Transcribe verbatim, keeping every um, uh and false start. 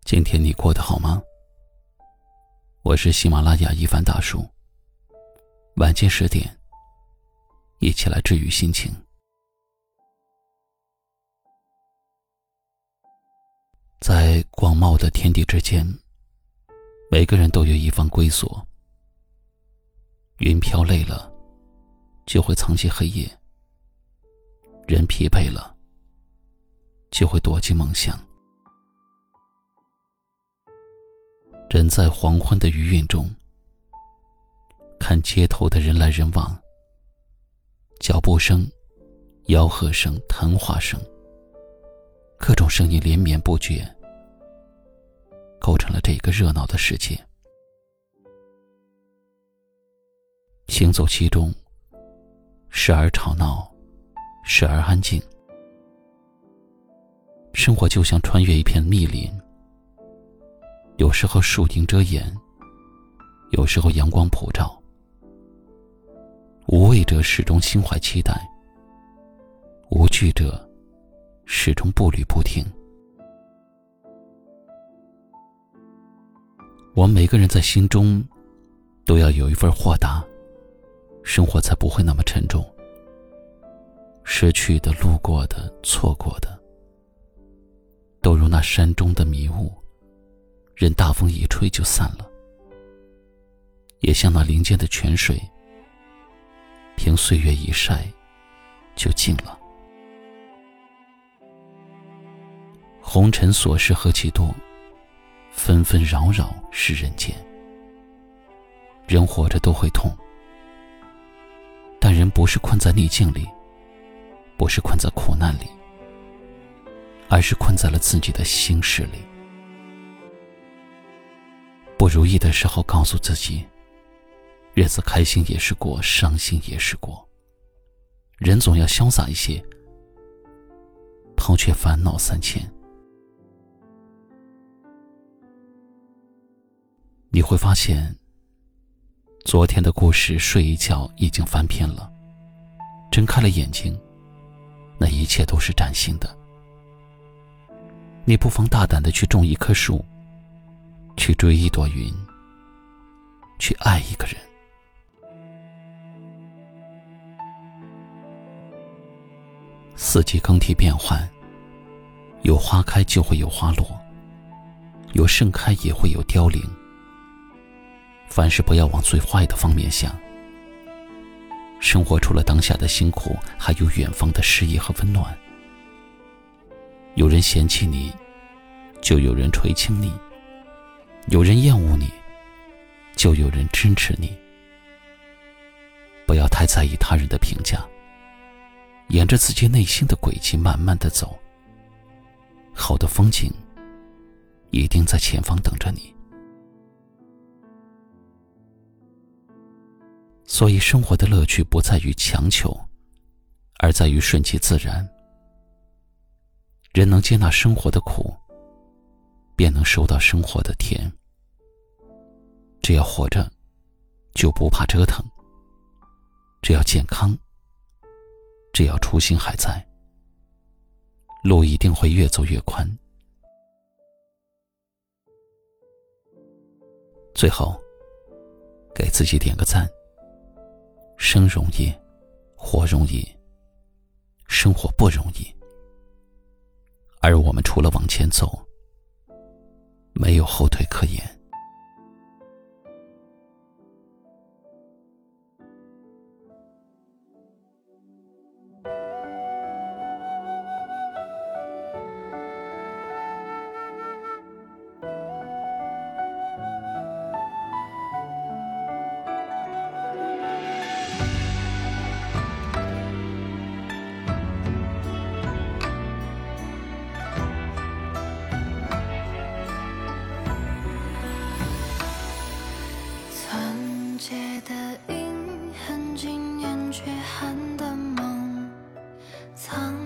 今天你过得好吗？我是喜马拉雅一凡大叔，晚间十点，一起来治愈心情。在广袤的天地之间，每个人都有一方归所。云飘累了，就会藏进黑夜；人疲惫了，就会躲进梦乡。人在黄昏的余韵中，看街头的人来人往，脚步声、吆喝声、谈话声，各种声音连绵不绝，构成了这个热闹的世界。行走其中，时而吵闹，时而安静。生活就像穿越一片密林，有时候树荫遮掩，有时候阳光普照。无畏者始终心怀期待，无惧者始终步履不停。我们每个人在心中都要有一份豁达，生活才不会那么沉重。失去的、路过的、错过的，都如那山中的迷雾，任大风一吹就散了。也像那林间的泉水，凭岁月一晒就静了。红尘琐事何其多，纷纷扰扰是人间。人活着都会痛，但人不是困在逆境里，不是困在苦难里，而是困在了自己的心事里。不如意的时候告诉自己，日子开心也是过，伤心也是过。人总要潇洒一些，抛却烦恼三千。你会发现，昨天的故事睡一觉已经翻篇了，睁开了眼睛，那一切都是崭新的。你不妨大胆地去种一棵树，去追一朵云，去爱一个人。四季更替变换，有花开就会有花落，有盛开也会有凋零。凡事不要往最坏的方面想，生活除了当下的辛苦，还有远方的诗意和温暖。有人嫌弃你，就有人垂青你；有人厌恶你，就有人支持你。不要太在意他人的评价，沿着自己内心的轨迹慢慢地走，好的风景一定在前方等着你。所以生活的乐趣不在于强求，而在于顺其自然。人能接纳生活的苦，便能收到生活的甜。只要活着，就不怕折腾；只要健康，只要初心还在，路一定会越走越宽。最后，给自己点个赞。生容易，活容易，生活不容易。而我们除了往前走，没有后退可言。 结的印痕，惊艳却寒的梦，藏